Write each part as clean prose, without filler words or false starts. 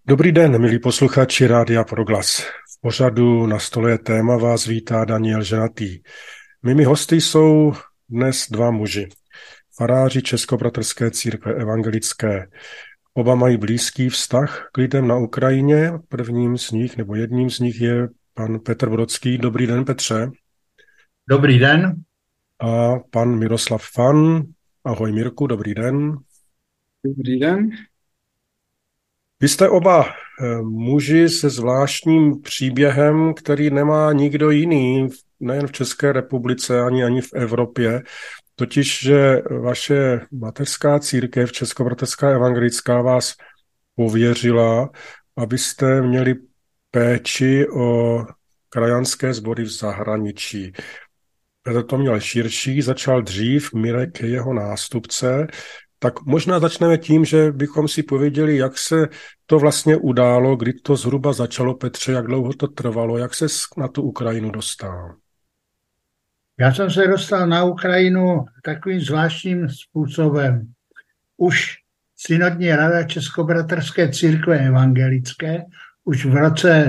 Dobrý den, milí posluchači Rádia Proglas. V pořadu Na stole je téma vás vítá Daniel Ženatý. Mými hosty jsou dnes dva muži, faráři Českobratrské církve evangelické. Oba mají blízký vztah k lidem na Ukrajině. Jedním z nich je pan Petr Brodský. Dobrý den, Petře. Dobrý den. A pan Miroslav Fan. Ahoj, Mirku, dobrý den. Dobrý den. Vy jste oba muži se zvláštním příběhem, který nemá nikdo jiný, nejen v České republice, ani v Evropě. Totiž, že vaše mateřská církev, Českobratrská evangelická, vás pověřila, abyste měli péči o krajanské sbory v zahraničí. Petr to měl širší, začal dřív, Mirek je jeho nástupce. Tak možná začneme tím, že bychom si pověděli, jak se to vlastně událo, kdy to zhruba začalo, Petře, jak dlouho to trvalo, jak se na tu Ukrajinu dostal. Já jsem se dostal na Ukrajinu takovým zvláštním způsobem. Už Synodní rada Českobratrské církve evangelické už v roce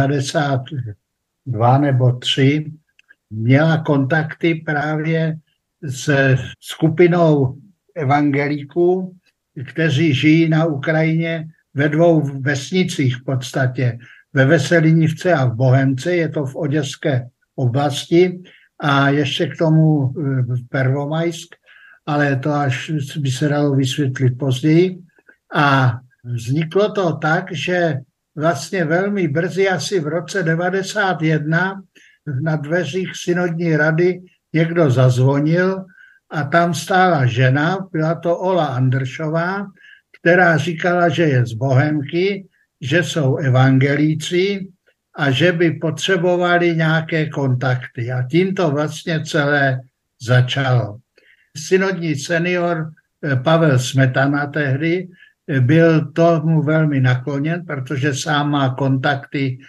92 nebo 3 měla kontakty právě se skupinou evangelíků, kteří žijí na Ukrajině ve dvou vesnicích v podstatě. Ve Veselinivce a v Bohemce, je to v Oděské oblasti, a ještě k tomu Prvomajsk, ale to až by se dalo vysvětlit později. A vzniklo to tak, že vlastně velmi brzy, asi v roce 91, na dveřích synodní rady někdo zazvonil a tam stála žena, byla to Ola Andršová, která říkala, že je z Bohemky, že jsou evangelíci a že by potřebovali nějaké kontakty. A tím to vlastně celé začalo. Synodní senior Pavel Smetana tehdy byl tomu velmi nakloněn, protože sám má kontakty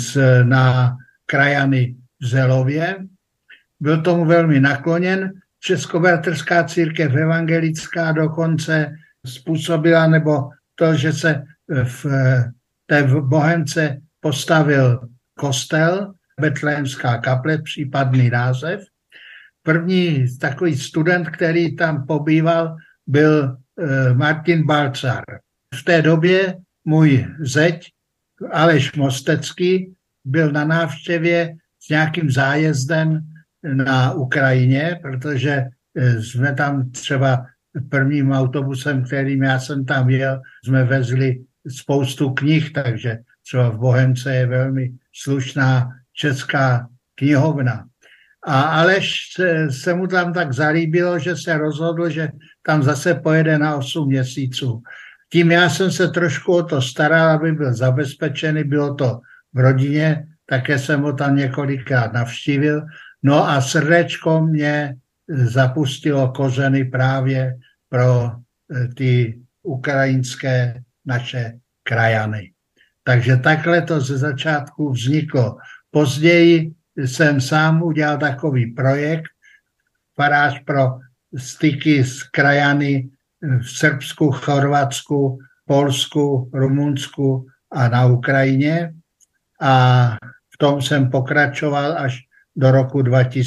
na krajany v Zelově. Byl tomu velmi nakloněn. Českobratrská církev evangelická dokonce způsobila, nebo to, že se v té Bohemce postavil kostel, Betlémská kaple, případný název. První takový student, který tam pobýval, byl Martin Balcar. V té době můj zeď Aleš Mostecký byl na návštěvě s nějakým zájezdem na Ukrajině, protože jsme tam třeba prvním autobusem, kterým já jsem tam jel, jsme vezli spoustu knih, takže třeba v Bohemce je velmi slušná česká knihovna. A Aleš se mu tam tak zalíbilo, že se rozhodl, že tam zase pojede na 8 měsíců. Tím já jsem se trošku o to staral, aby byl zabezpečený, bylo to v rodině, také jsem ho tam několikrát navštívil. No a srdéčko mě zapustilo kořeny právě pro ty ukrajinské naše krajany. Takže takhle to ze začátku vzniklo. Později jsem sám udělal takový projekt, farář pro styky s krajany v Srbsku, Chorvatsku, Polsku, Rumunsku a na Ukrajině. A v tom jsem pokračoval až do roku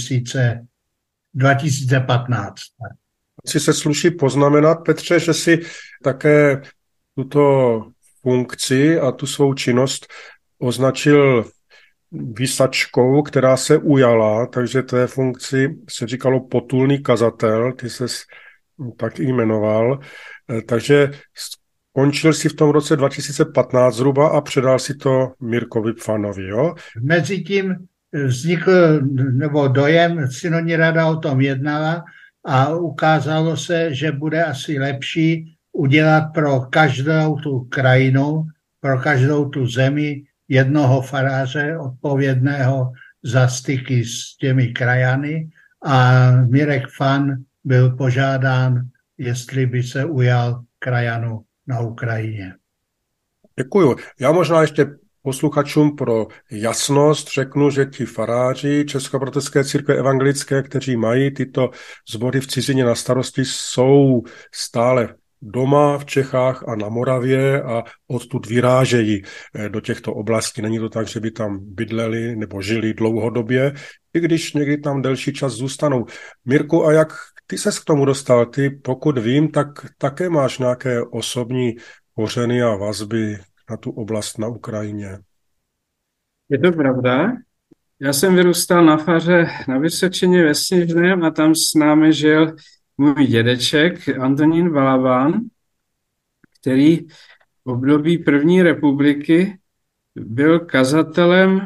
2015. Si se sluší poznamenat, Petře, že si také tuto funkci a tu svou činnost označil výsačkou, která se ujala, takže té funkci se říkalo potulný kazatel, ty ses tak i jmenoval, takže skončil si v tom roce 2015 zhruba a předal si to Mirkovi Fanovi, jo? Mezitím vznikl, nebo dojem, synodní rada o tom jednala a ukázalo se, že bude asi lepší udělat pro každou tu krajinu, pro každou tu zemi jednoho faráře odpovědného za styky s těmi krajany, a Mirek Fan byl požádán, jestli by se ujal krajanu na Ukrajině. Děkuju. Já možná ještě posluchačům pro jasnost řeknu, že ti faráři Českobratrské církve evangelické, kteří mají tyto sbory v cizině na starosti, jsou stále doma v Čechách a na Moravě a odtud vyrážejí do těchto oblastí. Není to tak, že by tam bydleli nebo žili dlouhodobě, i když někdy tam delší čas zůstanou. Mirku, a jak ty ses k tomu dostal? Ty, pokud vím, tak také máš nějaké osobní kořeny a vazby na tu oblast na Ukrajině. Je to pravda. Já jsem vyrůstal na faře na Vysočině ve Sněžném a tam s námi žil můj dědeček Antonín Balabán, který v období první republiky byl kazatelem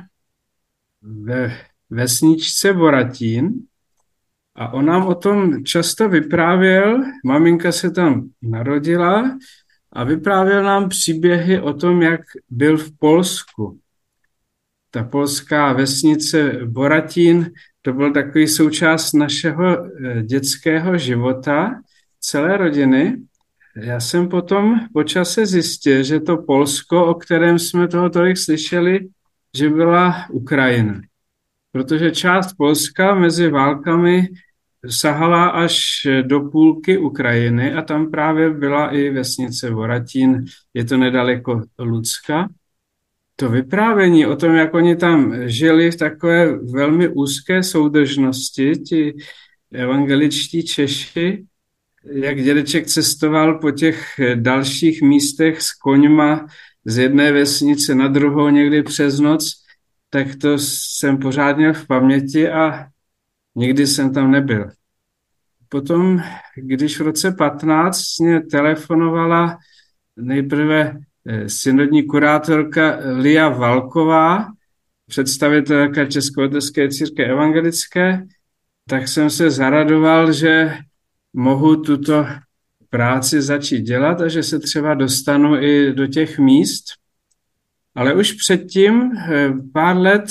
ve vesničce Boratín a on nám o tom často vyprávěl. Maminka se tam narodila a vyprávěl nám příběhy o tom, jak byl v Polsku. Ta polská vesnice Boratín, to byl takový součást našeho dětského života, celé rodiny. Já jsem potom po čase zjistil, že to Polsko, o kterém jsme toho tolik slyšeli, že byla Ukrajina. Protože část Polska mezi válkami sahala až do půlky Ukrajiny a tam právě byla i vesnice Boratín, je to nedaleko Lucka. To vyprávění o tom, jak oni tam žili v takové velmi úzké soudržnosti, ti evangeličtí Češi, jak dědeček cestoval po těch dalších místech s koňma z jedné vesnice na druhou někdy přes noc, tak to jsem pořád měl v paměti a nikdy jsem tam nebyl. Potom, když v roce 15 mě telefonovala nejprve synodní kurátorka Lia Valková, představitelka Českolitevské církve evangelické, tak jsem se zaradoval, že mohu tuto práci začít dělat a že se třeba dostanu i do těch míst. Ale už předtím pár let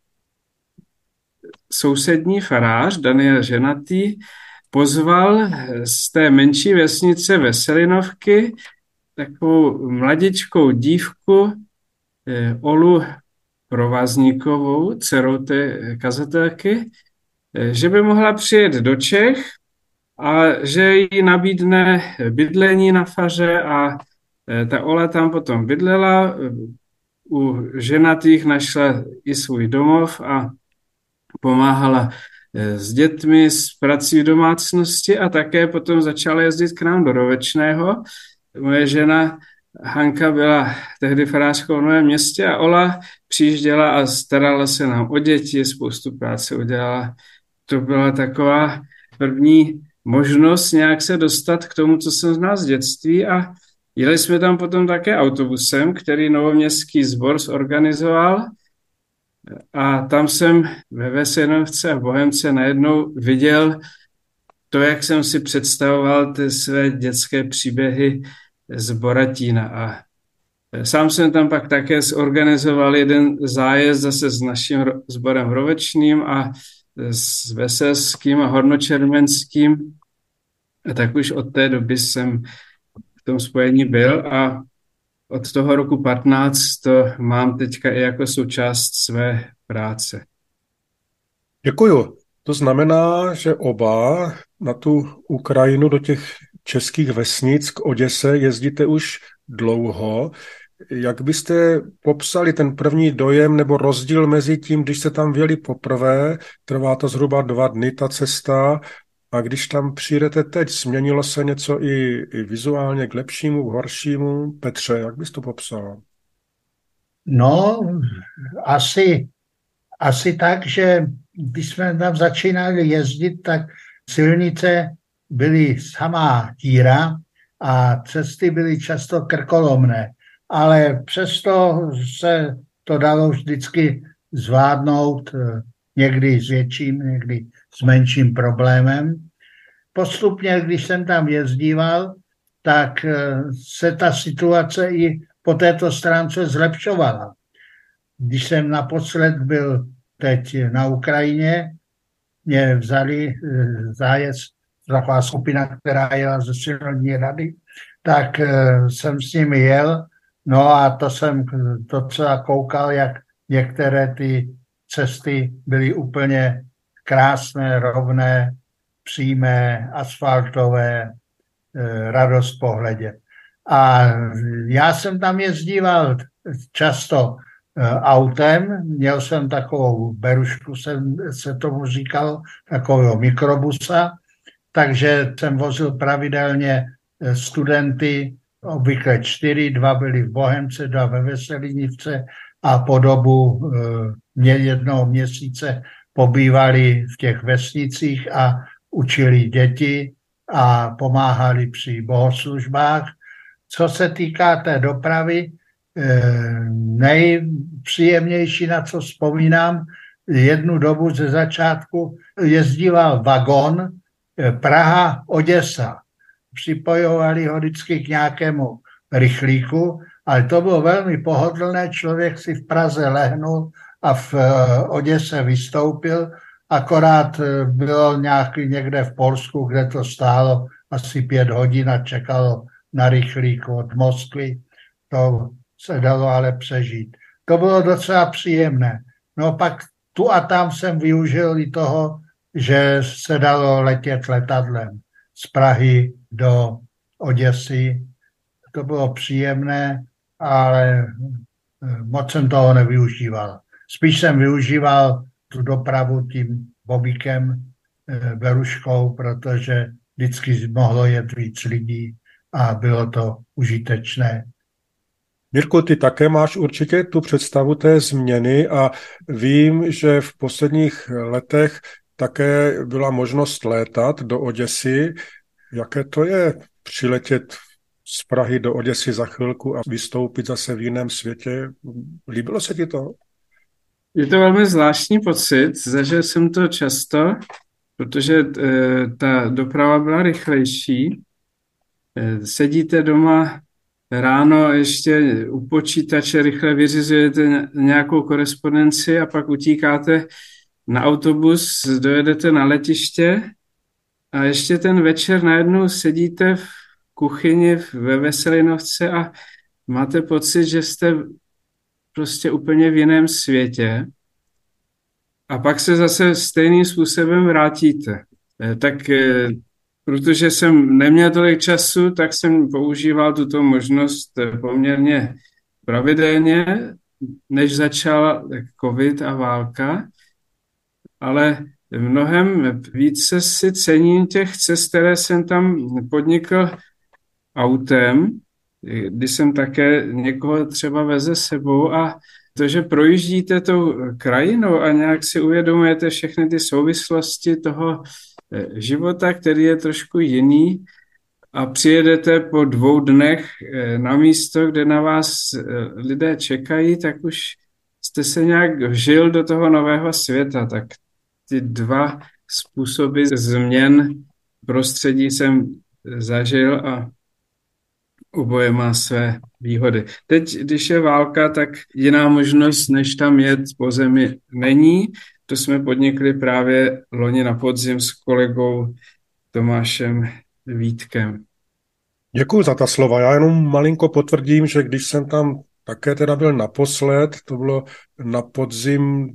sousední farář Daniel Ženatý pozval z té menší vesnice Veselinovky takovou mladičkou dívku Olu Provazníkovou, dcerou té kazatelky, že by mohla přijet do Čech a že jí nabídne bydlení na faře a ta Ola tam potom bydlela, u ženatých našla i svůj domov a pomáhala s dětmi, s prací v domácnosti a také potom začala jezdit k nám do Rovečného. Moje žena Hanka byla tehdy farářkou v Novém Městě a Ola přijížděla a starala se nám o děti, spoustu práce udělala. To byla taková první možnost nějak se dostat k tomu, co jsem znal z dětství a jeli jsme tam potom také autobusem, který Novoměstský sbor zorganizoval a tam jsem ve Veselinovce a v Bohemce najednou viděl to, jak jsem si představoval ty své dětské příběhy z Boratína. A sám jsem tam pak také zorganizoval jeden zájezd zase s naším sborem Rovečným a s Veselským a Hornočervenským. A tak už od té doby jsem v tom spojení byl a od toho roku 15 to mám teďka i jako součást své práce. Děkuju. To znamená, že oba na tu Ukrajinu do těch českých vesnic k Oděse jezdíte už dlouho. Jak byste popsali ten první dojem nebo rozdíl mezi tím, když se tam vjeli poprvé, trvá to zhruba 2 dny ta cesta, a když tam přijdete teď, změnilo se něco i vizuálně k lepšímu, k horšímu? Petře, jak bys to popsal? No, asi tak, že když jsme tam začínali jezdit, tak silnice byly samá tíra a cesty byly často krkolomné. Ale přesto se to dalo vždycky zvládnout, někdy s větším, někdy s menším problémem. Postupně, když jsem tam jezdíval, tak se ta situace i po této stránce zlepšovala. Když jsem naposled byl teď na Ukrajině, mě vzali zájezd, taková skupina, která jela ze synodní rady, tak jsem s nimi jel, no a to jsem docela koukal, jak některé ty cesty byly úplně krásné, rovné, přímé, asfaltové, radost pohledět. A já jsem tam jezdíval často autem, měl jsem takovou berušku, se tomu říkal, takového mikrobusa, takže jsem vozil pravidelně studenty, obvykle 4, 2 byli v Bohemce, 2 ve Veselinivce a po dobu jednoho měsíce pobývali v těch vesnicích a učili děti a pomáhali při bohoslužbách. Co se týká té dopravy, nejpříjemnější, na co vzpomínám, jednu dobu ze začátku jezdíval vagon Praha-Oděsa. Připojovali ho vždycky k nějakému rychlíku, ale to bylo velmi pohodlné, člověk si v Praze lehnul a v Oděse vystoupil, akorát bylo někde v Polsku, kde to stálo asi 5 hodin a čekalo na rychlíku od Moskvy. To se dalo ale přežít. To bylo docela příjemné. No pak tu a tam jsem využil i toho, že se dalo letět letadlem z Prahy do Oděsy. To bylo příjemné, ale moc jsem toho nevyužíval. Spíš jsem využíval tu dopravu tím bobíkem, beruškou, protože vždycky mohlo jet víc lidí a bylo to užitečné. Mirku, ty také máš určitě tu představu té změny a vím, že v posledních letech také byla možnost létat do Oděsy. Jaké to je přiletět z Prahy do Oděsy za chvilku a vystoupit zase v jiném světě? Líbilo se ti to? Je to velmi zvláštní pocit, zažil jsem to často, protože ta doprava byla rychlejší. Sedíte doma ráno ještě u počítače, rychle vyřizujete nějakou korespondenci a pak utíkáte na autobus, dojedete na letiště a ještě ten večer najednou sedíte v kuchyni ve Veselinovce a máte pocit, že jste prostě úplně v jiném světě a pak se zase stejným způsobem vrátíte. Tak protože jsem neměl tolik času, tak jsem používal tuto možnost poměrně pravidelně, než začal covid a válka, ale mnohem více si cením těch cest, které jsem tam podnikl autem, kdy jsem také někoho třeba veze sebou a to, že projíždíte tou krajinou a nějak si uvědomujete všechny ty souvislosti toho života, který je trošku jiný a přijedete po 2 dnech na místo, kde na vás lidé čekají, tak už jste se nějak vžil do toho nového světa. Tak ty 2 způsoby změn prostředí jsem zažil a oboje má své výhody. Teď, když je válka, tak jiná možnost, než tam jet po zemi, není. To jsme podnikli právě loni na podzim s kolegou Tomášem Vítkem. Děkuji za ta slova. Já jenom malinko potvrdím, že když jsem tam také teda byl naposled, to bylo na podzim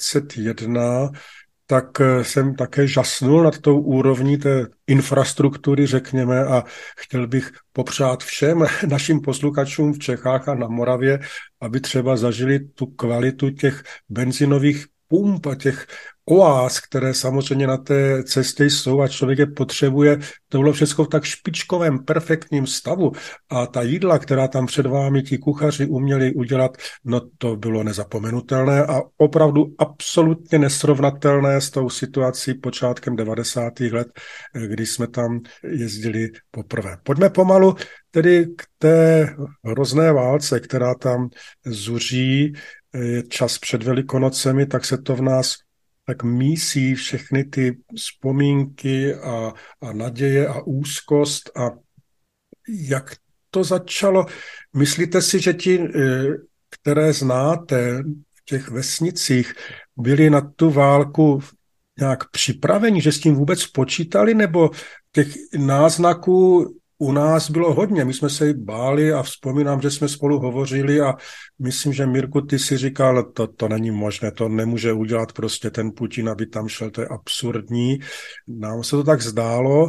21, tak jsem také žasnul nad tou úrovní té infrastruktury, řekněme, a chtěl bych popřát všem našim posluchačům v Čechách a na Moravě, aby třeba zažili tu kvalitu těch benzinových pump a těch oáz, které samozřejmě na té cestě jsou a člověk je potřebuje. To bylo všechno v tak špičkovém, perfektním stavu a ta jídla, která tam před vámi ti kuchaři uměli udělat, no to bylo nezapomenutelné a opravdu absolutně nesrovnatelné s tou situací počátkem 90. let, kdy jsme tam jezdili poprvé. Pojďme pomalu tedy k té hrozné válce, která tam zuří, je čas před Velikonocemi, tak se to v nás tak mísí všechny ty vzpomínky a naděje a úzkost a jak to začalo. Myslíte si, že ti, které znáte v těch vesnicích, byli na tu válku nějak připraveni, že s tím vůbec počítali, nebo těch náznaků u nás bylo hodně, my jsme se báli a vzpomínám, že jsme spolu hovořili a myslím, že Mirku, ty si říkal, to není možné, to nemůže udělat prostě ten Putin, aby tam šel, to je absurdní. Nám se to tak zdálo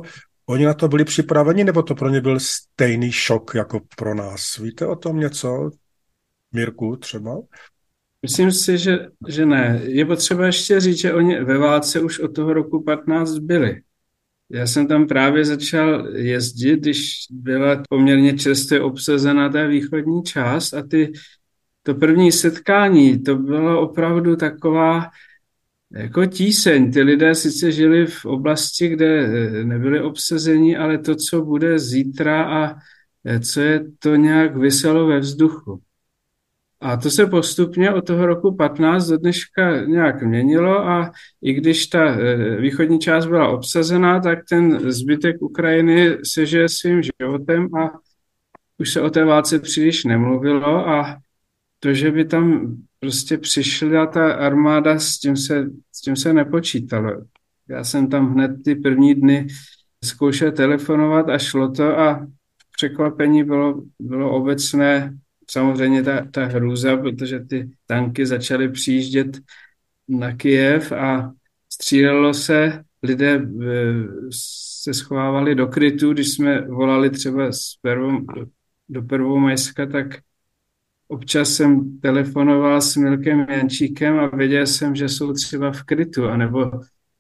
Oni na to byli připraveni, nebo to pro ně byl stejný šok jako pro nás? Víte o tom něco, Mirku, třeba? Myslím si, že ne. Je potřeba ještě říct, že oni ve válce už od toho roku 15 byli. Já jsem tam právě začal jezdit, když byla poměrně čerstvě obsazena ta východní část a to první setkání, to bylo opravdu taková jako tíseň. Ty lidé sice žili v oblasti, kde nebyli obsazeni, ale to, co bude zítra a co je, to nějak viselo ve vzduchu. A to se postupně od toho roku 15 do dneška nějak měnilo a i když ta východní část byla obsazená, tak ten zbytek Ukrajiny se žije svým životem a už se o té válce příliš nemluvilo a to, že by tam prostě přišla ta armáda, s tím se nepočítalo. Já jsem tam hned ty první dny zkoušel telefonovat a šlo to a překvapení bylo obecné. Samozřejmě ta hrůza, protože ty tanky začaly přijíždět na Kyjev a střílelo se, lidé se schovávali do krytu, když jsme volali třeba do Prvomajska, tak občas jsem telefonoval s Milkem Jančíkem a věděl jsem, že jsou třeba v krytu, anebo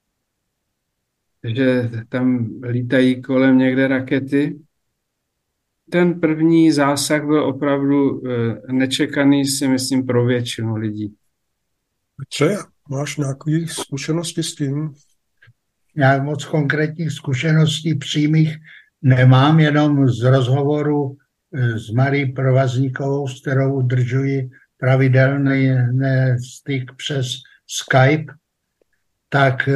že tam lítají kolem někde rakety. Ten první zásah byl opravdu nečekaný, si myslím, pro většinu lidí. Petře, máš nějaké zkušenosti s tím? Já moc konkrétních zkušeností přímých nemám, jenom z rozhovoru s Marí Provazníkovou, s kterou udržuji pravidelný styk přes Skype, tak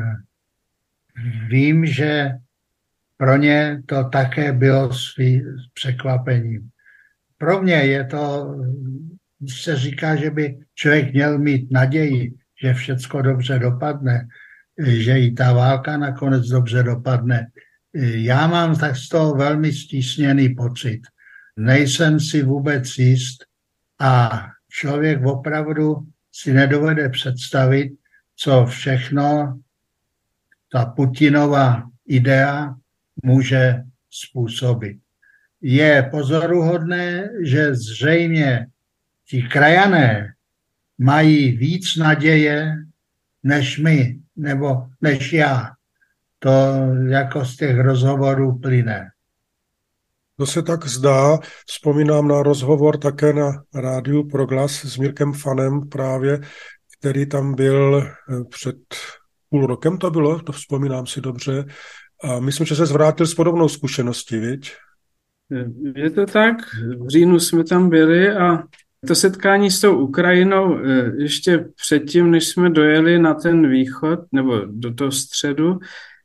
vím, že pro ně to také bylo překvapením. Pro mě je to, když se říká, že by člověk měl mít naději, že všecko dobře dopadne, že i ta válka nakonec dobře dopadne. Já mám tak z toho velmi stísněný pocit. Nejsem si vůbec jist a člověk opravdu si nedovede představit, co všechno ta Putinova idea může způsobit. Je pozoruhodné, že zřejmě ti krajané mají víc naděje než my, nebo než já. To jako z těch rozhovorů plyne. To se tak zdá. Vzpomínám na rozhovor také na rádiu Proglas s Mirkem Fanem právě, který tam byl před půl rokem to bylo, to vzpomínám si dobře. A myslím, že se zvrátil s podobnou zkušeností, viď? Je to tak, v říjnu jsme tam byli a to setkání s tou Ukrajinou ještě předtím, než jsme dojeli na ten východ nebo do toho středu,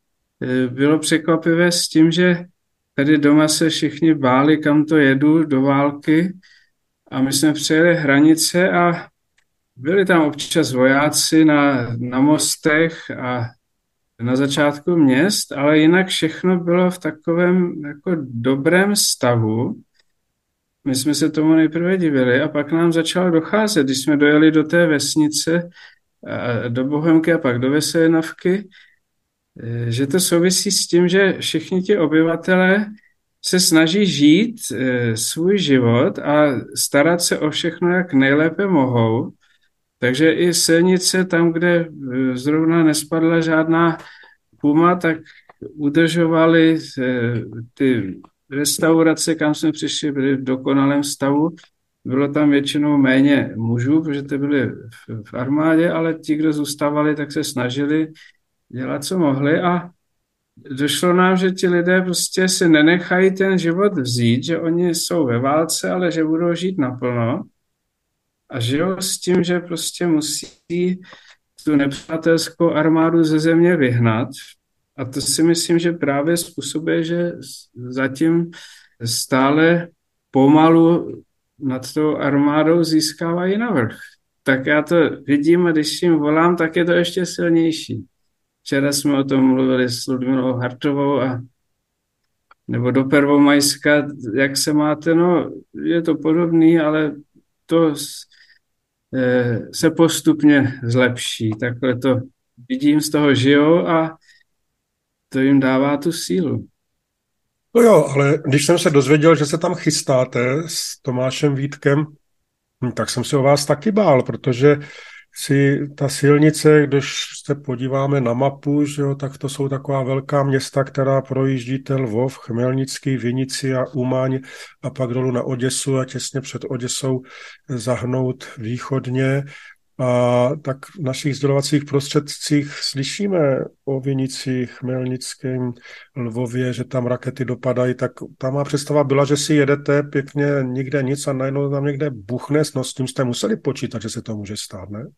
bylo překvapivé s tím, že tady doma se všichni báli, kam to jedu do války a my jsme přejeli hranice a byli tam občas vojáci na mostech a na začátku měst, ale jinak všechno bylo v takovém jako dobrém stavu. My jsme se tomu nejprve divili a pak nám začalo docházet, když jsme dojeli do té vesnice, do Bohemky a pak do Veselinavky, že to souvisí s tím, že všichni ti obyvatelé se snaží žít svůj život a starat se o všechno, jak nejlépe mohou. Takže i silnice tam, kde zrovna nespadla žádná puma, tak udržovali ty restaurace, kam jsme přišli, byly v dokonalém stavu. Bylo tam většinou méně mužů, protože ty byli v armádě, ale ti, kdo zůstávali, tak se snažili dělat, co mohli a došlo nám, že ti lidé prostě si nenechají ten život vzít, že oni jsou ve válce, ale že budou žít naplno a žijou s tím, že prostě musí tu nepřátelskou armádu ze země vyhnat. A to si myslím, že právě způsobuje, že zatím stále pomalu nad tou armádou získávají navrch. Tak já to vidím a když jim volám, tak je to ještě silnější. Včera jsme o tom mluvili s Ludmilou Hartovou nebo do Prvomajska, jak se máte, no je to podobný, ale to se postupně zlepší. Takhle to vidím, z toho žijou a to jim dává tu sílu. No jo, ale když jsem se dozvěděl, že se tam chystáte s Tomášem Vítkem, tak jsem se o vás taky bál, protože si ta silnice, když se podíváme na mapu, že jo, tak to jsou taková velká města, která projíždíte Lvov, Chmelnický, Vinici a Umaň a pak dolů na Oděsu a těsně před Oděsou zahnout východně. A tak v našich sdělovacích prostředcích slyšíme o Vinicích, Chmelnickém, Lvově, že tam rakety dopadají, tak ta má představa byla, že si jedete pěkně nikde nic a najednou tam někde buchne, no s tím jste museli počítat, že se to může stát, ne?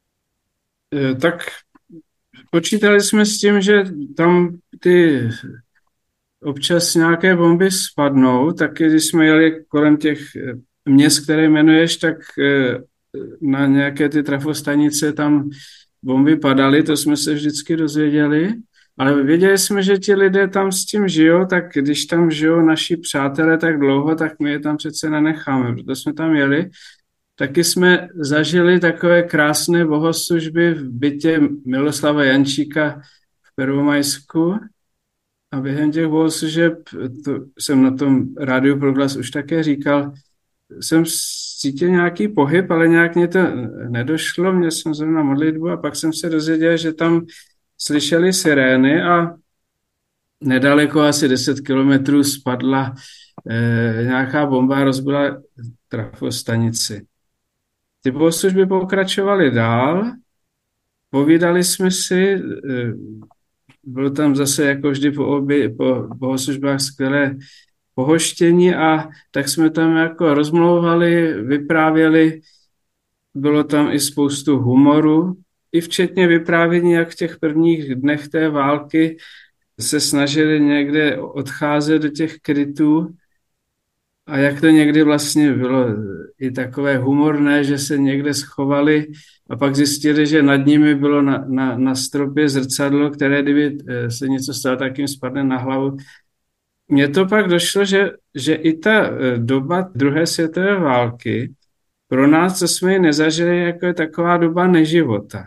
Tak počítali jsme s tím, že tam ty občas nějaké bomby spadnou, taky když jsme jeli kolem těch měst, které jmenuješ, tak na nějaké ty trafostanice tam bomby padaly, to jsme se vždycky dozvěděli, ale věděli jsme, že ti lidé tam s tím žijou, tak když tam žijou naši přátelé tak dlouho, tak my je tam přece nenecháme, proto jsme tam jeli. Taky jsme zažili takové krásné bohoslužby v bytě Miloslava Jančíka v Prvomajsku a během těch bohoslužeb, to jsem na tom rádiu Proglas už také říkal, jsem cítil nějaký pohyb, ale nějak mě to nedošlo, měl jsem zrovna modlitbu a pak jsem se dozvěděl, že tam slyšeli sirény a nedaleko asi 10 kilometrů spadla nějaká bomba a rozbila trafostanici. Ty bohoslužby pokračovaly dál, povídali jsme si, bylo tam zase jako vždy po bohoslužbách skvělé pohoštění a tak jsme tam jako rozmlouvali, vyprávěli, bylo tam i spoustu humoru, i včetně vyprávění, jak v těch prvních dnech té války se snažili někde odcházet do těch krytů a jak to někdy vlastně bylo i takové humorné, že se někde schovali a pak zjistili, že nad nimi bylo na stropě zrcadlo, které kdyby se něco stalo, tak jim spadne na hlavu. Mně to pak došlo, že i ta doba druhé světové války pro nás, co jsme ji nezažili, jako je taková doba neživota.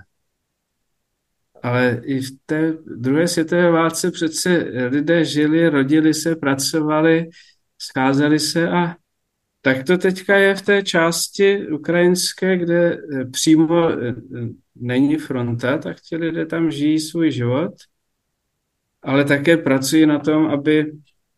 Ale i v té druhé světové válce přece lidé žili, rodili se, pracovali, scházeli se a tak to teďka je v té části ukrajinské, kde přímo není fronta, tak ti lidé tam žijí svůj život, ale také pracují na tom, aby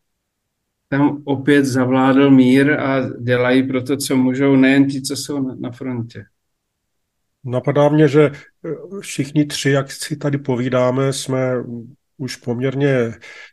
tam opět zavládl mír a dělají pro to, co můžou, nejen ti, co jsou na frontě. Napadá mě, že všichni tři, jak si tady povídáme, jsme už poměrně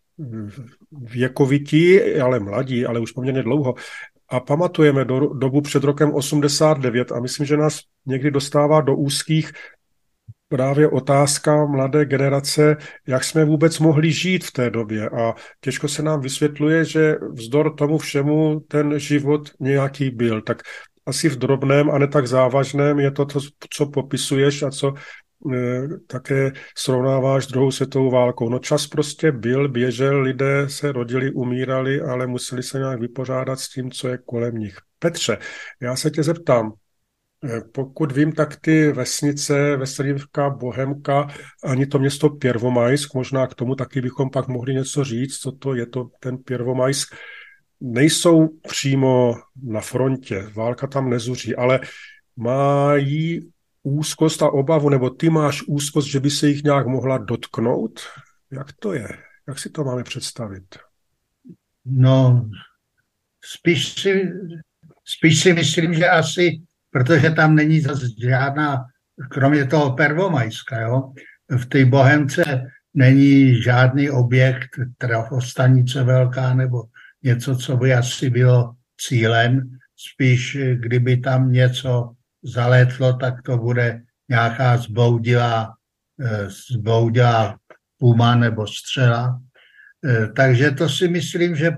věkovití, ale mladí, ale už poměrně dlouho. A pamatujeme dobu před rokem 89 a myslím, že nás někdy dostává do úzkých právě otázka mladé generace, jak jsme vůbec mohli žít v té době. A těžko se nám vysvětluje, že vzdor tomu všemu ten život nějaký byl. Tak asi v drobném a ne tak závažném je to, co popisuješ a co také srovnáváš s druhou světovou válkou. No čas prostě byl, běžel, lidé se rodili, umírali, ale museli se nějak vypořádat s tím, co je kolem nich. Petře, já se tě zeptám, pokud vím, tak ty vesnice, Veselivka, Bohemka, ani to město Prvomajsk, možná k tomu taky bychom pak mohli něco říct, co to je to ten Prvomajsk, nejsou přímo na frontě, válka tam nezuří, ale mají úzkost a obavu, nebo ty máš úzkost, že by se jich nějak mohla dotknout? Jak to je? Jak si to máme představit? No, spíš si myslím, že asi, protože tam není zase žádná, kromě toho Prvomajska, jo, v té Bohemce není žádný objekt, trafostanice velká nebo něco, co by asi bylo cílem. Spíš, kdyby tam něco zalétlo, tak to bude nějaká zboudilá puma nebo střela. Takže to si myslím, že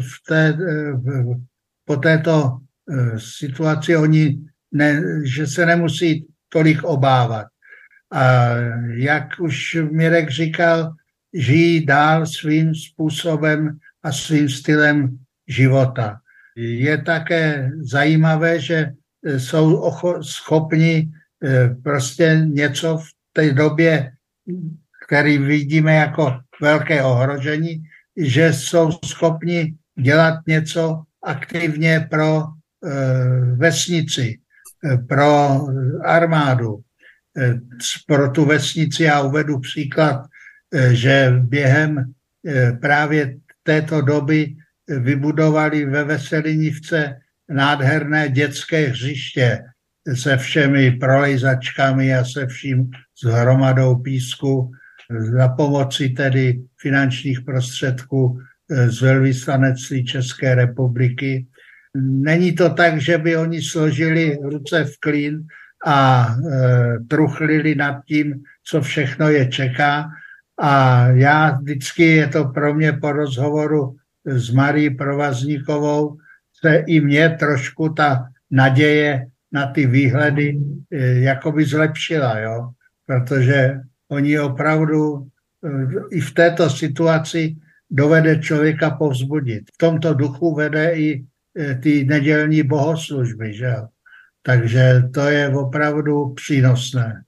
po této situaci že se nemusí tolik obávat. A jak už Mirek říkal, žijí dál svým způsobem a svým stylem života. Je také zajímavé, že jsou schopni prostě něco v té době, který vidíme jako velké ohrožení, že jsou schopni dělat něco aktivně pro vesnici, pro armádu. Pro tu vesnici já uvedu příklad, že během právě této doby vybudovali ve Veselinivce nádherné dětské hřiště se všemi prolejzačkami a se vším s hromadou písku za pomoci tedy finančních prostředků z velvyslanectví České republiky. Není to tak, že by oni složili ruce v klín a truchlili nad tím, co všechno je čeká. A já vždycky, je to pro mě po rozhovoru s Marií Provazníkovou, se i mě trošku ta naděje na ty výhledy jakoby zlepšila, jo? Protože oni opravdu i v této situaci dovede člověka povzbudit. V tomto duchu vede i ty nedělní bohoslužby, že jo? Takže to je opravdu přínosné.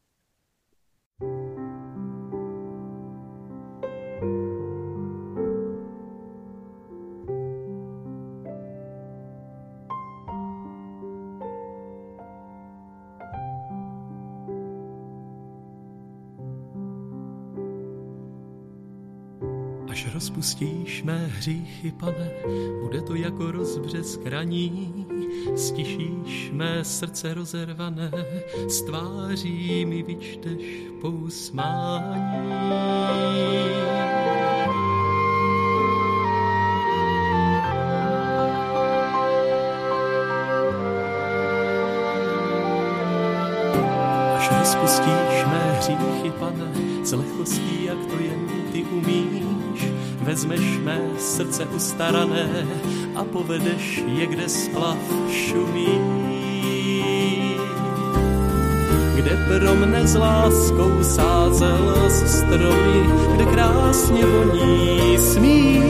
Až rozpustíš mé hříchy, Pane, bude to jako rozbřesk raní. Stišíš mé srdce rozervané, z tváří mi vyčteš pousmání. Až rozpustíš mé hříchy, Pane, s lehkostí, jak to jen ty umíš, vezmeš mé srdce ustarané a povedeš je, kde splav šumí. Kde pro mne s láskou sázel z stromy, kde krásně voní smích.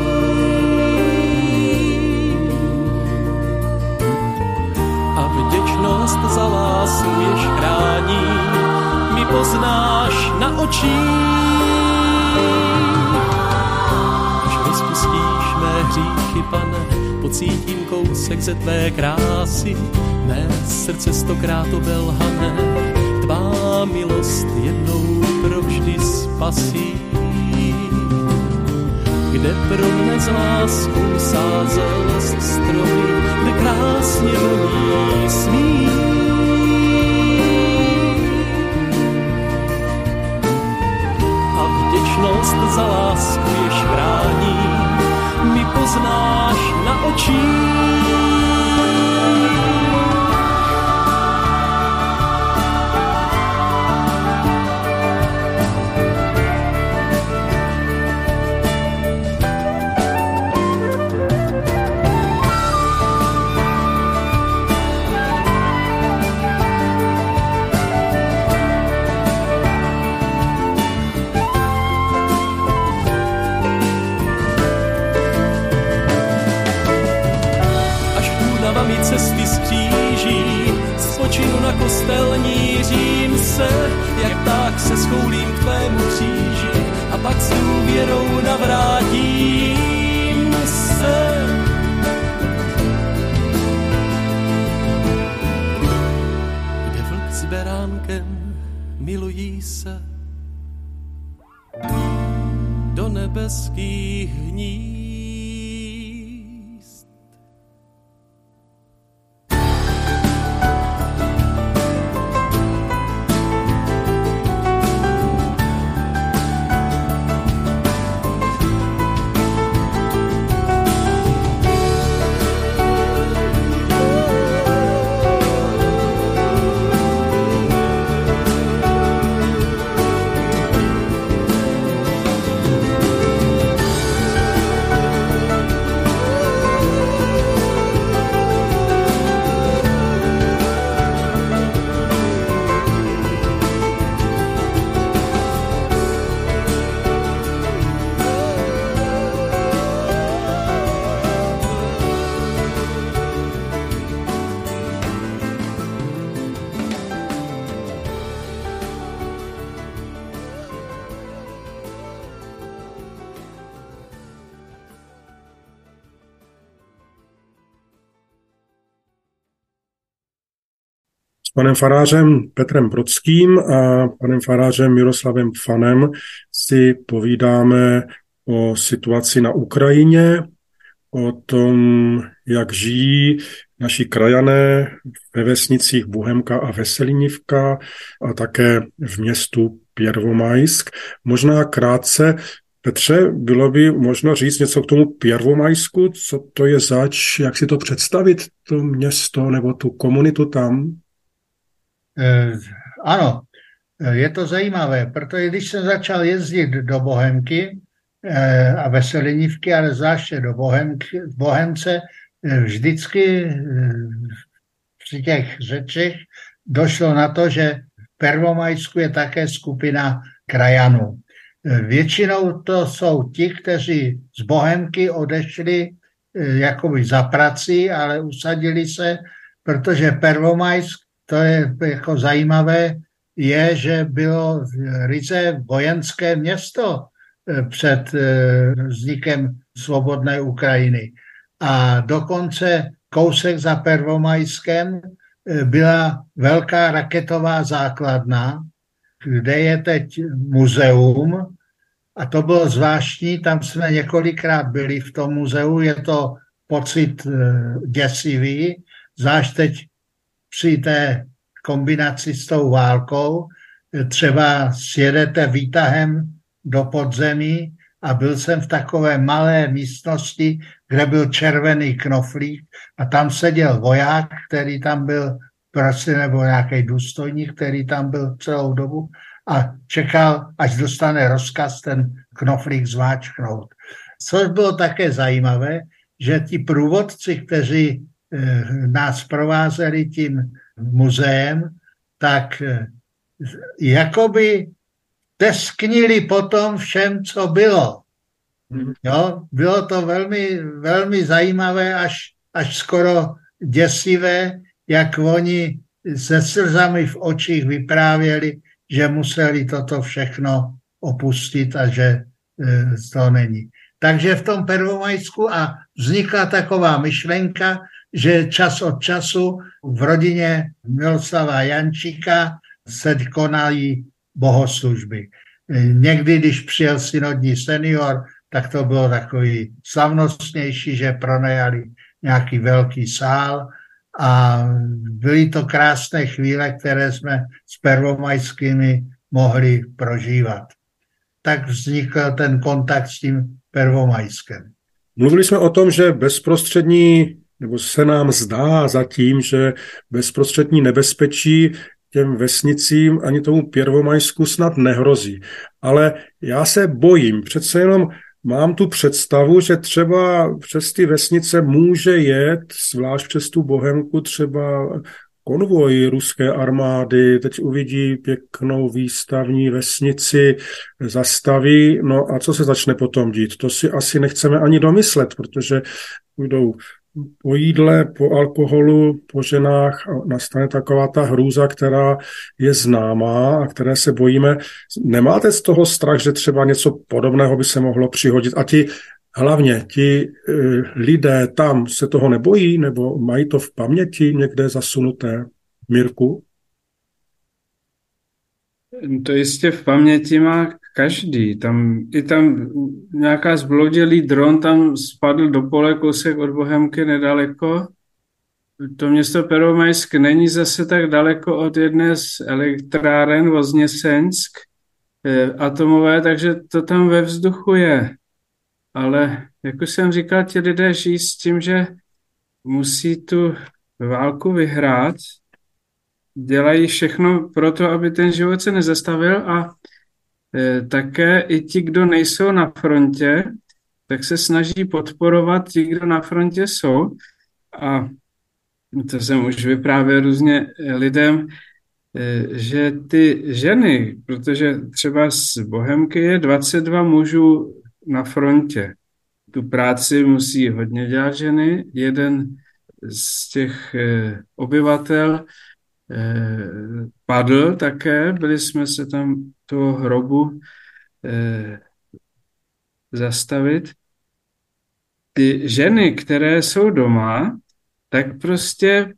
A vděčnost za lásku, jež chrání, mi poznáš na očích. Rozpustíš mé hříchy, Pane, pocítím kousek ze tvé krásy, mé srdce stokrát obelhané, tvá milost jednou provždy spasí. Kde pro mne s láskou sázel z stromy, kde krásně voní smích. A vděčnost za lásku, jež chrání, mi poznáš na očích. Cesty skříží, spočinu na kostelní, říjím se, jak tak se schoulím k tvému kříži a pak s důvěrou navrátím se. Kde vlk s beránkem milují se do nebeských hnízd. S panem farářem Petrem Brodským a panem farářem Miroslavem Fanem si povídáme o situaci na Ukrajině, o tom, jak žijí naši krajané ve vesnicích Bohemka a Veselinivka a také v městu Pěrvomajsk. Možná krátce, Petře, bylo by možno říct něco k tomu Pěrvomajsku, co to je zač, jak si to představit, to město nebo tu komunitu tam? Ano, je to zajímavé, protože když jsem začal jezdit do Bohemky a Veselinivky, ale zvláště do Bohemce, vždycky při těch řečech došlo na to, že v Prvomajsku je také skupina krajanů. Většinou to jsou ti, kteří z Bohemky odešli jakoby za prací, ale usadili se, protože Prvomajsk, to je jako zajímavé, je, že bylo ryze vojenské město před vznikem svobodné Ukrajiny. A dokonce kousek za Prvomajskem byla velká raketová základna, kde je teď muzeum, a to bylo zvláštní, tam jsme několikrát byli v tom muzeu, je to pocit děsivý, zvlášť teď při té kombinaci s tou válkou, třeba sjedete výtahem do podzemí a byl jsem v takové malé místnosti, kde byl červený knoflík a tam seděl voják, který tam byl prostě, nebo nějaký důstojník, který tam byl celou dobu a čekal, až dostane rozkaz ten knoflík zmáčknout. Což bylo také zajímavé, že ti průvodci, kteří nás provázeli tím muzeem, tak jakoby tesknili potom všem, co bylo. Jo? Bylo to velmi, velmi zajímavé, až skoro děsivé, jak oni se slzami v očích vyprávěli, že museli toto všechno opustit a že to není. Takže v tom Prvomajsku a vznikla taková myšlenka, že čas od času v rodině Miloslava Jančíka se konají bohoslužby. Někdy, když přijel synodní senior, tak to bylo takový slavnostnější, že pronajali nějaký velký sál a byly to krásné chvíle, které jsme s Prvomajskými mohli prožívat. Tak vznikl ten kontakt s tím Prvomajskem. Mluvili jsme o tom, že bezprostřední, nebo se nám zdá zatím, že bezprostřední nebezpečí těm vesnicím ani tomu Pěrvomajsku snad nehrozí. Ale já se bojím, přece jenom mám tu představu, že třeba přes ty vesnice může jet, zvlášť přes tu Bohemku, třeba konvoj ruské armády, teď uvidí pěknou výstavní vesnici, zastaví, no a co se začne potom dít? To si asi nechceme ani domyslet, protože půjdou po jídle, po alkoholu, po ženách a nastane taková ta hrůza, která je známá a které se bojíme. Nemáte z toho strach, že třeba něco podobného by se mohlo přihodit? A hlavně ti lidé tam se toho nebojí nebo mají to v paměti někde zasunuté? Mirku? To jistě v paměti má každý. I tam nějaká zbloudělý dron tam spadl do pole kousek od Bohemky nedaleko. To město Prvomajsk není zase tak daleko od jedné z elektráren Vozněsensk atomové, takže to tam ve vzduchu je. Ale jak už jsem říkal, ti lidé žijí s tím, že musí tu válku vyhrát, dělají všechno pro to, aby ten život se nezastavil a také i ti, kdo nejsou na frontě, tak se snaží podporovat ti, kdo na frontě jsou. A to jsem už vyprávěl různě lidem, že ty ženy, protože třeba z Bohemky je 22 mužů na frontě. Tu práci musí hodně dělat ženy. Jeden z těch obyvatel padl také, byli jsme se tam toho hrobu zastavit. Ty ženy, které jsou doma, tak prostě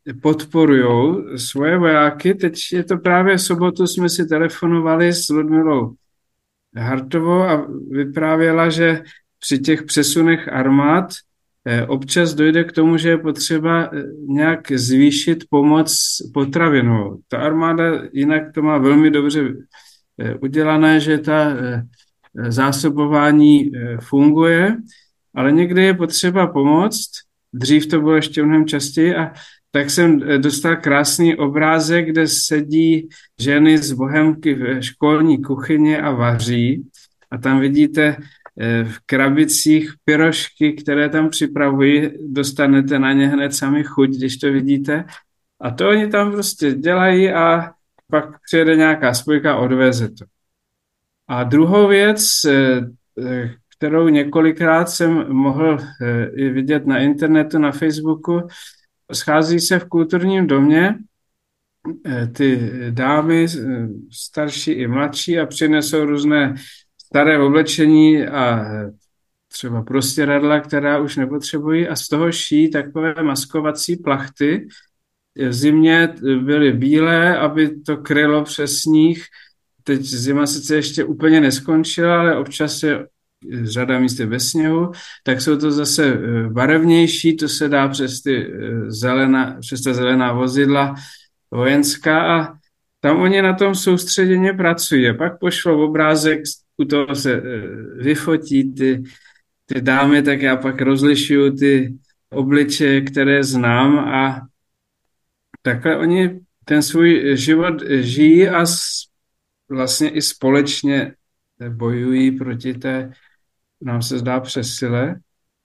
podporují svoje vojáky. Teď je to právě v sobotu, jsme si telefonovali s Ludmilou Hartovou a vyprávěla, že při těch přesunech armád občas dojde k tomu, že je potřeba nějak zvýšit pomoc potravinovou. Ta armáda jinak to má velmi dobře udělané, že ta zásobování funguje, ale někdy je potřeba pomoct. Dřív to bylo ještě mnohem častěji a tak jsem dostal krásný obrázek, kde sedí ženy z Bohemky v školní kuchyni a vaří. A tam vidíte v krabicích pyrošky, které tam připravují, dostanete na ně hned sami chuť, když to vidíte. A to oni tam prostě dělají a pak přijede nějaká spojka a odveze to. A druhou věc, kterou několikrát jsem mohl i vidět na internetu, na Facebooku, schází se v kulturním domě ty dámy, starší i mladší, a přinesou různé staré oblečení a třeba prostěradla, která už nepotřebují, a z toho šijí takové maskovací plachty. V zimě byly bílé, aby to krylo přes sníh. Teď zima sice ještě úplně neskončila, ale občas je řada míst je ve sněhu, tak jsou to zase barevnější, to se dá přes ta zelená vozidla vojenská a tam oni na tom soustředěně pracují. A pak pošlo obrázek, u toho se vyfotí ty dámy, tak já pak rozlišuju ty obličeje, které znám a takhle oni ten svůj život žijí a vlastně i společně bojují proti té, nám se zdá, přesile.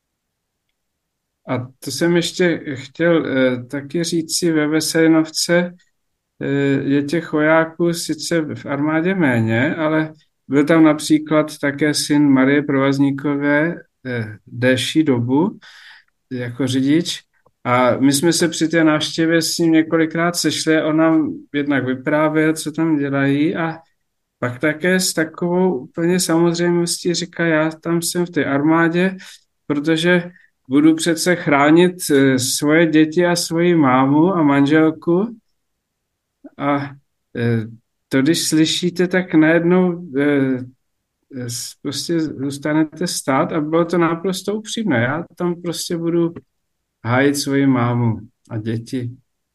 A to jsem ještě chtěl taky říci, ve Veselnovce je těch vojáků sice v armádě méně, ale byl tam například také syn Marie Provazníkové delší dobu jako řidič. A my jsme se při té návštěvě s ním několikrát sešli, on nám jednak vyprávěl, co tam dělají a pak také s takovou úplně samozřejmostí říká, já tam jsem v té armádě, protože budu přece chránit svoje děti a svoji mámu a manželku. A to, když slyšíte, tak najednou prostě zůstanete stát a bylo to naprosto upřímné. Já tam prostě budu hájit svoji mámu a děti.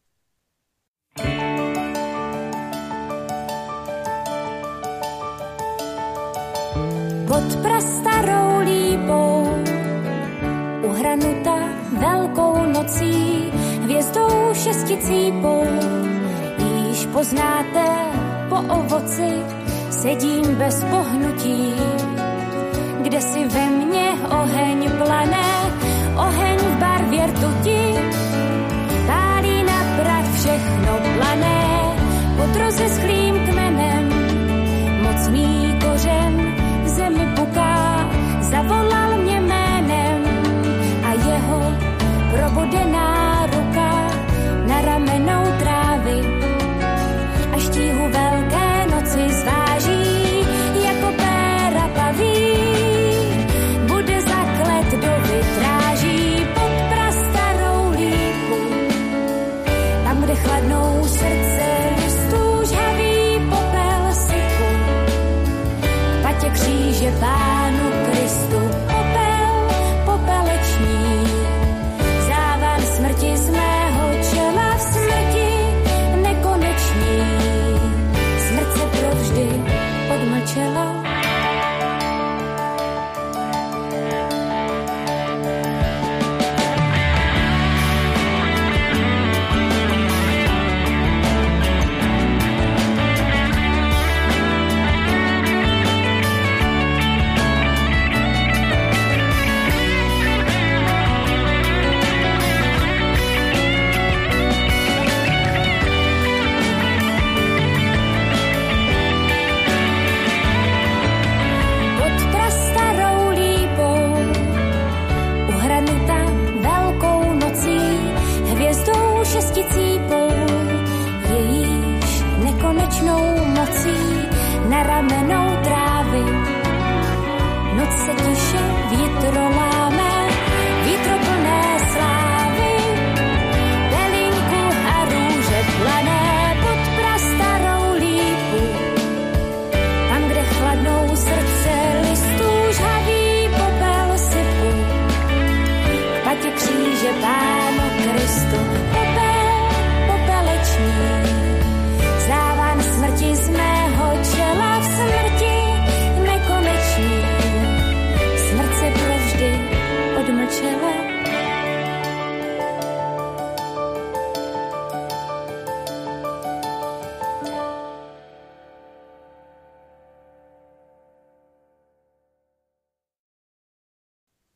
Pod prastarou lípou, uhranuta velkou nocí, hvězdou šesticípou, již poznáte po ovoci, sedím bez pohnutí, kde si ve mně oheň plane, oheň v barvě rtuti, pálí na prach všechno plané, pod rozeschlým kmenem, mocný kořen v zemi puká, zavolal mě jménem a jeho probodená ruka na ramenou trávy a štíhu velké noci zváží jako péra paví, bude zaklet do vitráží pod prastarou lípu, tam, kde chladnou srdce listů žhaví.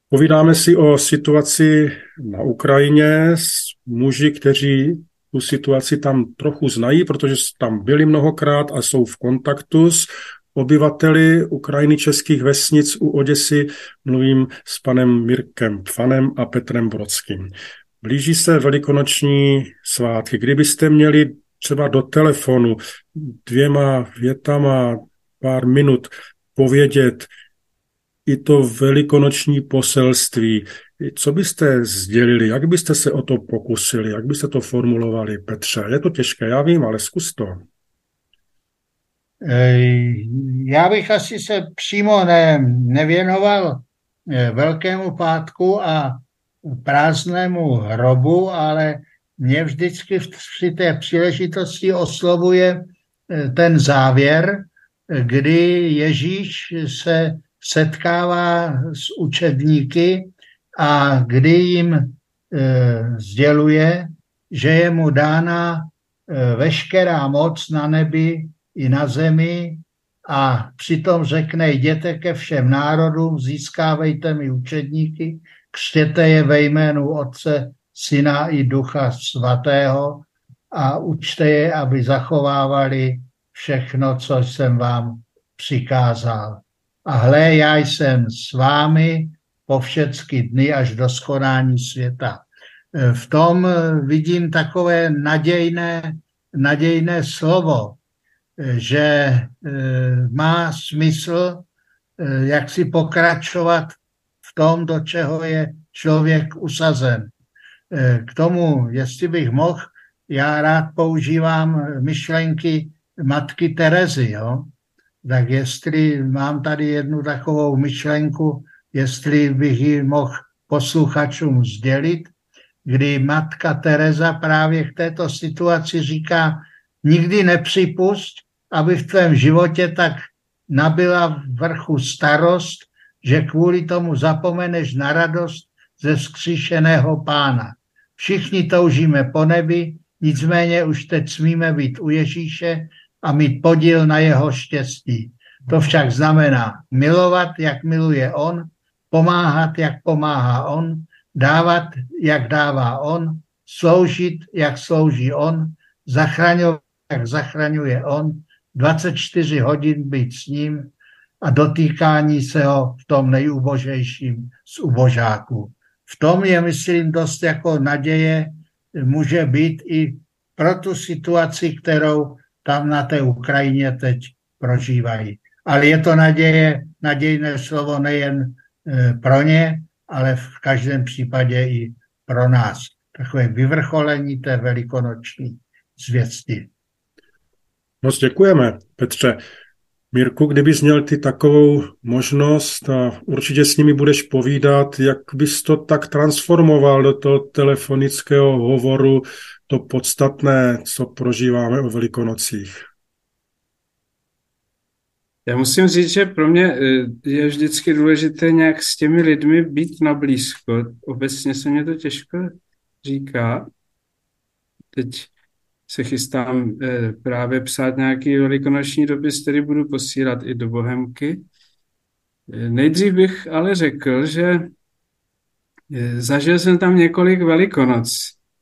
Povídáme si o situaci na Ukrajině s muži, kteří tu situaci tam trochu znají, protože tam byli mnohokrát a jsou v kontaktu s obyvateli Ukrajiny, českých vesnic u Oděsy. Mluvím s panem Mirkem Pfanem a Petrem Brodským. Blíží se velikonoční svátky. Kdybyste měli třeba do telefonu 2 větama, pár minut povědět i to velikonoční poselství, co byste sdělili, jak byste se o to pokusili, jak byste to formulovali, Petře? Je to těžké, já vím, ale zkus to. Já bych asi se přímo nevěnoval Velkému pátku a prázdnému hrobu, ale mě vždycky při té příležitosti oslovuje ten závěr, kdy Ježíš se setkává s učedníky a kdy jim sděluje, že je mu dána veškerá moc na nebi i na zemi a přitom řekne: jděte ke všem národům, získávejte mi učedníky, křtěte je ve jménu Otce, Syna i Ducha Svatého a učte je, aby zachovávali všechno, co jsem vám přikázal. A hle, já jsem s vámi po všechny dny až do skonání světa. V tom vidím takové nadějné slovo, že má smysl jak si pokračovat v tom, do čeho je člověk usazen. K tomu, jestli bych mohl, já rád používám myšlenky matky Terezy, jo? Tak jestli mám tady jednu takovou myšlenku, jestli bych ji mohl posluchačům sdělit, kdy matka Tereza právě k této situaci říká: nikdy nepřipusť, aby v tvém životě tak nabyla vrchu starost, že kvůli tomu zapomeneš na radost ze vzkříšeného Pána. Všichni toužíme po nebi, nicméně už teď smíme být u Ježíše a mít podíl na jeho štěstí. To však znamená milovat, jak miluje on, pomáhat, jak pomáhá on, dávat, jak dává on, sloužit, jak slouží on, zachraňovat, jak zachraňuje on, 24 hodin být s ním a dotýkání se ho v tom nejubožejším z ubožáků. V tom je, myslím, dost jako naděje může být i pro tu situaci, kterou tam na té Ukrajině teď prožívají. Ale je to nadějné slovo nejen pro ně, ale v každém případě i pro nás. Takové vyvrcholení té velikonoční zvěsti. Moc děkujeme, Petře. Mirku, kdybys měl ty takovou možnost a určitě s nimi budeš povídat, jak bys to tak transformoval do toho telefonického hovoru, to podstatné, co prožíváme o Velikonocích. Já musím říct, že pro mě je vždycky důležité nějak s těmi lidmi být na blízko. Obecně se mě to těžko říká. Teď se chystám právě psát nějaký velikonoční dopis, který budu posílat i do Bohemky. Nejdřív bych ale řekl, že zažil jsem tam několik Velikonoc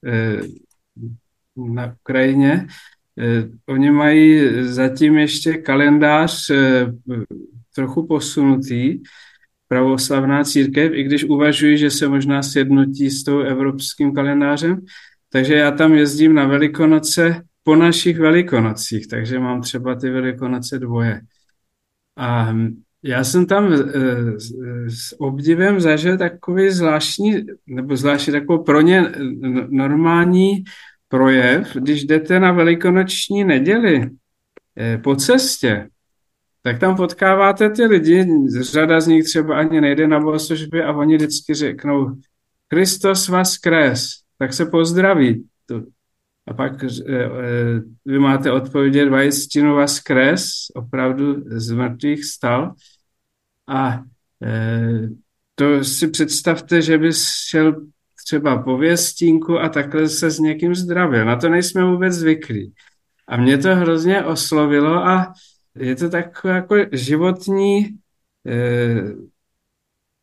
na Ukrajině. Oni mají zatím ještě kalendář trochu posunutý, pravoslavná církev, i když uvažují, že se možná sjednotí s tou evropským kalendářem. Takže já tam jezdím na Velikonoce po našich Velikonocích, takže mám třeba ty Velikonoce dvoje. A já jsem tam s obdivem zažil takový zvláštní takovou pro ně normální projev, když jdete na velikonoční neděli po cestě, tak tam potkáváte ty lidi, řada z nich třeba ani nejde na bohoslužby a oni vždycky řeknou Kristus vaskres, tak se pozdraví. A pak vy máte odpovědět vajistinu vaskres, opravdu z mrtvých stal. A to si představte, že bys šel třeba po věstínku a takhle se s někým zdravil. Na to nejsme vůbec zvyklí. A mě to hrozně oslovilo a je to takové jako životní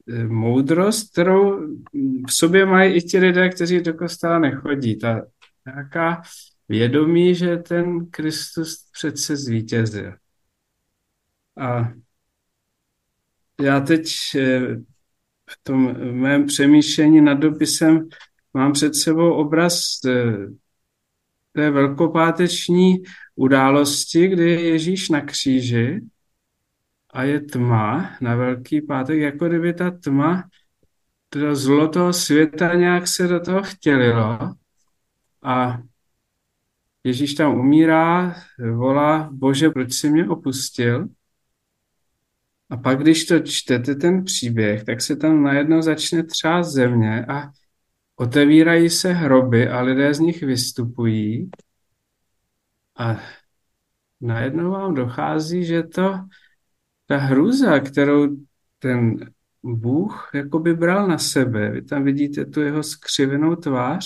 moudrost, kterou v sobě mají i ti lidé, kteří do kostela nechodí. Ta nějaká vědomí, že ten Kristus přece zvítězil. A já teď v tom mém přemýšlení nad dopisem mám před sebou obraz té velkopáteční události, kdy je Ježíš na kříži a je tma na Velký pátek, jako kdyby ta tma, to zlo toho světa nějak se do toho vtělilo. A Ježíš tam umírá, volá: Bože, proč jsi mě opustil? A pak, když to čtete, ten příběh, tak se tam najednou začne třást země a otevírají se hroby a lidé z nich vystupují. A najednou vám dochází, že ta hrůza, kterou ten Bůh jakoby bral na sebe, vy tam vidíte tu jeho skřivenou tvář,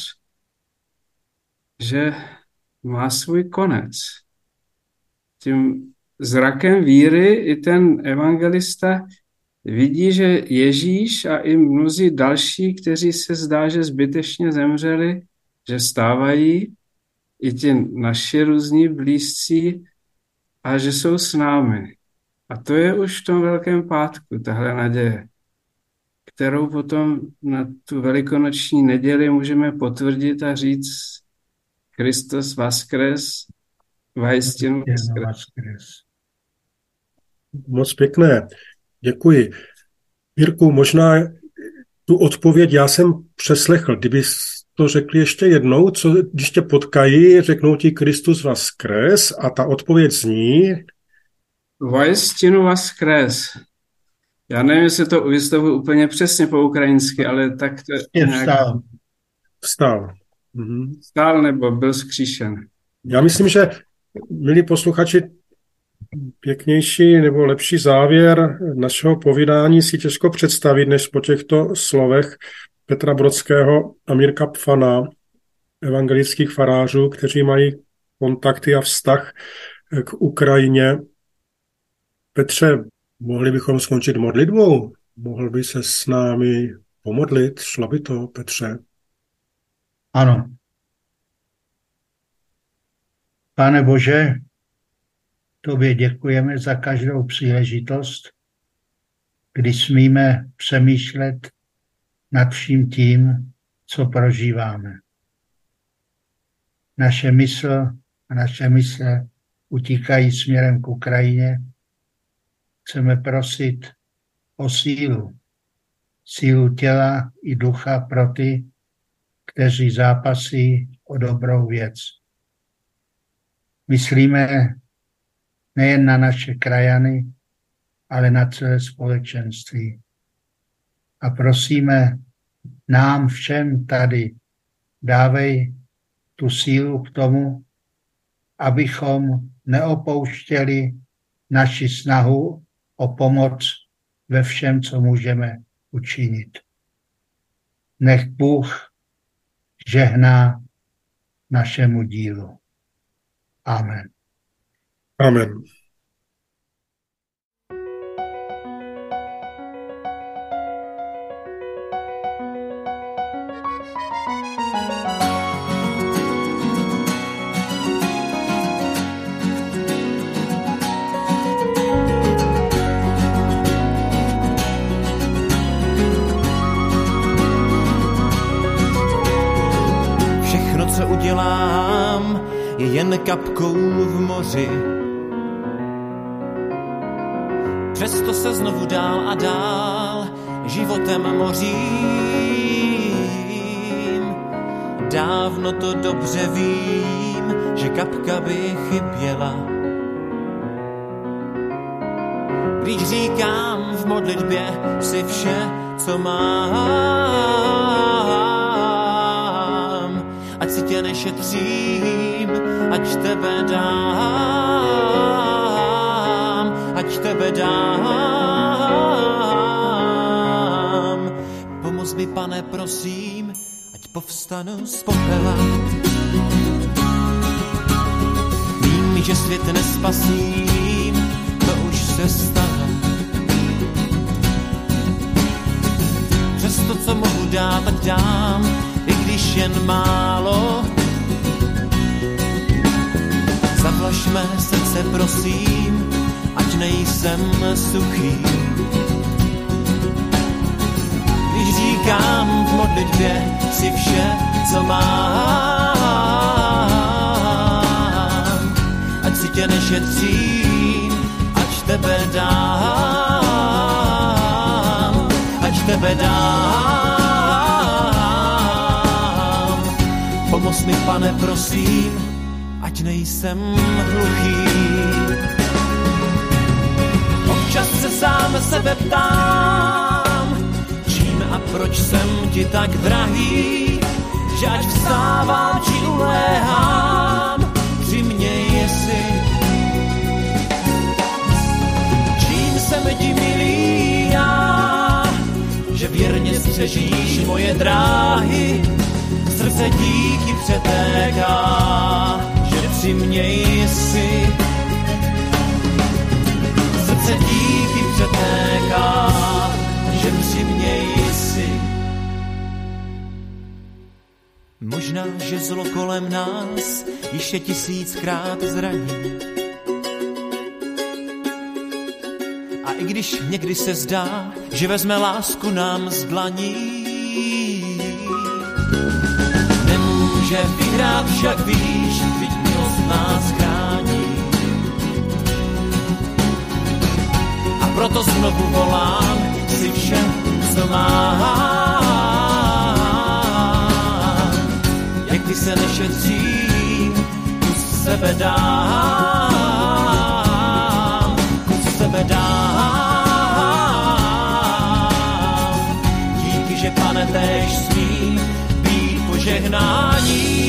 že má svůj konec. Tím zrakem víry i ten evangelista vidí, že Ježíš a i mnozí další, kteří se zdá, že zbytečně zemřeli, že stávají, i ti naši různí blízcí, a že jsou s námi. A to je už v tom Velkém pátku, tahle naděje, kterou potom na tu velikonoční neděli můžeme potvrdit a říct: Kristus Vaskres, vajistinu Vaskres. Moc pěkné, děkuji. Jirku, možná tu odpověď já jsem přeslechl. Kdybys to řekli ještě jednou, když tě potkají, řeknou ti Kristus Vaskres a ta odpověď zní: Vajistinu Vaskres. Já nevím, jestli to vyslovuji úplně přesně po ukrajinsky, ale tak to nějak... Vstal. Vstal nebo byl vzkříšen. Já myslím, že, milí posluchači, pěknější nebo lepší závěr našeho povídání si těžko představit, než po těchto slovech Petra Brodského a Mirka Pfana, evangelických farářů, kteří mají kontakty a vztah k Ukrajině. Petře, mohli bychom skončit modlitbou? Mohl by se s námi pomodlit? Šlo by to, Petře? Ano. Pane Bože, tobě děkujeme za každou příležitost, kdy smíme přemýšlet nad vším tím, co prožíváme. Naše mysle utíkají směrem k Ukrajině. Chceme prosit o sílu těla i ducha pro ty, kteří zápasí o dobrou věc. Myslíme nejen na naše krajany, ale na celé společenství. A prosíme nám všem tady, dávej tu sílu k tomu, abychom neopouštěli naši snahu o pomoc ve všem, co můžeme učinit. Nech Bůh žehná našemu dílu. Amen. Amen. Všechno, co udělám, je jen kapkou v moři. Přesto se znovu dál a dál životem mořím. Dávno to dobře vím, že kapka by chyběla. Když říkám v modlitbě si vše, co mám, ať si tě nešetřím, ať tebe dám. Pomoz mi, Pane, prosím, ať povstanu z popela. Vím, že svět nespasím, to už se stalo. to, co mohu dát, tak dám, i když jen málo. Zavlažme srdce, prosím, ať nejsem suchý. Když říkám v modlitbě si vše, co mám, ať si tě nešetřím, ať tebe dám, ať tebe dám. Pomoz mi, Pane, prosím, ať nejsem hluchý. Občas se sám sebe ptám, čím a proč jsem ti tak drahý, že ať vstávám či uléhám, přiměj si. Čím jsem ti milý já, že věrně střežíš moje dráhy, srdce díky přetéká, že přiměj si. Srdce díky přetéká, že přiměj si. Možná, že zlo kolem nás již je 1000krát zraní. A i když někdy se zdá, že vezme lásku nám z dlaní, nemůže vyhrát, však víš, vždyť milost nás chrání. A proto znovu volám si vše, co mám. Jak ty se nešetřím, kus sebe dám, kus sebe dám. Díky, že, Pane, též smím být požehnání.